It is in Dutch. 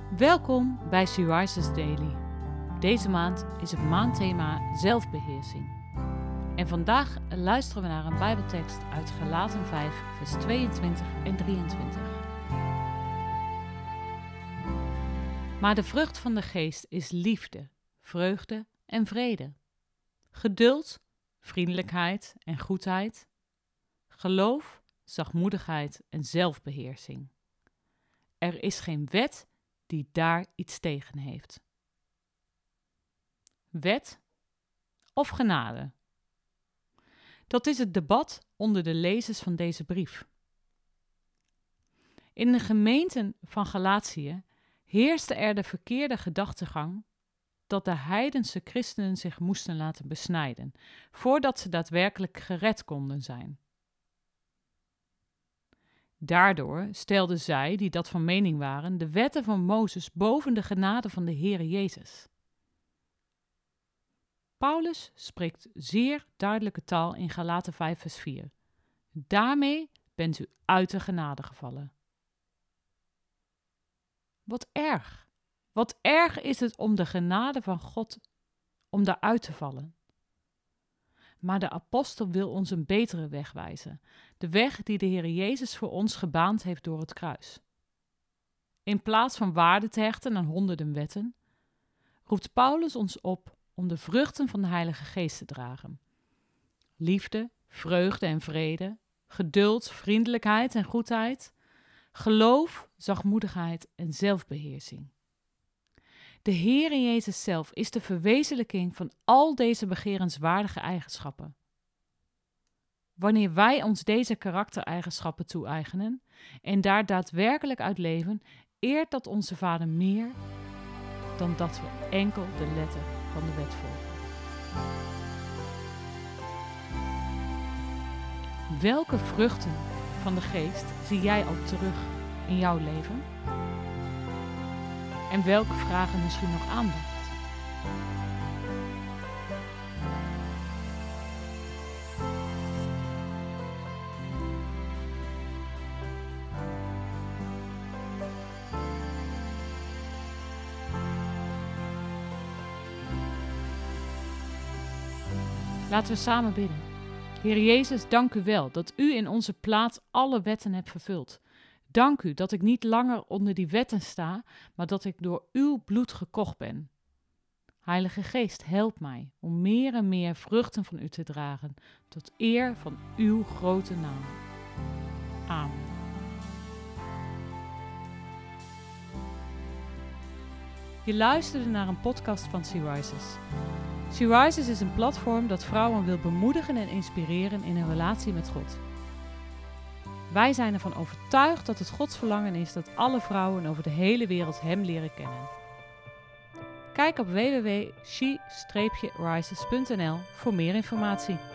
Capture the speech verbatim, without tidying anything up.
Welkom bij She Rises Daily. Deze maand is het maandthema zelfbeheersing. En vandaag luisteren we naar een Bijbeltekst uit Galaten vijf, vers tweeëntwintig en drieëntwintig. Maar de vrucht van de geest is liefde, vreugde en vrede, geduld, vriendelijkheid en goedheid, geloof, zachtmoedigheid en zelfbeheersing. Er is geen wet die daar iets tegen heeft. Wet of genade? Dat is het debat onder de lezers van deze brief. In de gemeenten van Galatië heerste er de verkeerde gedachtegang dat de heidense christenen zich moesten laten besnijden, voordat ze daadwerkelijk gered konden zijn. Daardoor stelden zij, die dat van mening waren, de wetten van Mozes boven de genade van de Heere Jezus. Paulus spreekt zeer duidelijke taal in Galaten vijf vers vier. Daarmee bent u uit de genade gevallen. Wat erg! Wat erg is het om de genade van God, om daaruit te vallen. Maar de apostel wil ons een betere weg wijzen. De weg die de Heer Jezus voor ons gebaand heeft door het kruis. In plaats van waarde te hechten aan honderden wetten, roept Paulus ons op om de vruchten van de Heilige Geest te dragen. Liefde, vreugde en vrede, geduld, vriendelijkheid en goedheid, geloof, zachtmoedigheid en zelfbeheersing. De Heere Jezus zelf is de verwezenlijking van al deze begerenswaardige eigenschappen. Wanneer wij ons deze karaktereigenschappen toe-eigenen en daar daadwerkelijk uit leven, eert dat onze Vader meer dan dat we enkel de letter van de wet volgen. Welke vruchten van de geest zie jij al terug in jouw leven? En welke vragen misschien nog aandacht? Laten we samen bidden. Heer Jezus, dank u wel dat u in onze plaats alle wetten hebt vervuld. Dank u dat ik niet langer onder die wetten sta, maar dat ik door uw bloed gekocht ben. Heilige Geest, help mij om meer en meer vruchten van u te dragen, tot eer van uw grote naam. Amen. Je luisterde naar een podcast van She Rises. She Rises is een platform dat vrouwen wil bemoedigen en inspireren in hun relatie met God. Wij zijn ervan overtuigd dat het Gods verlangen is dat alle vrouwen over de hele wereld Hem leren kennen. Kijk op w w w punt she rises punt n l voor meer informatie.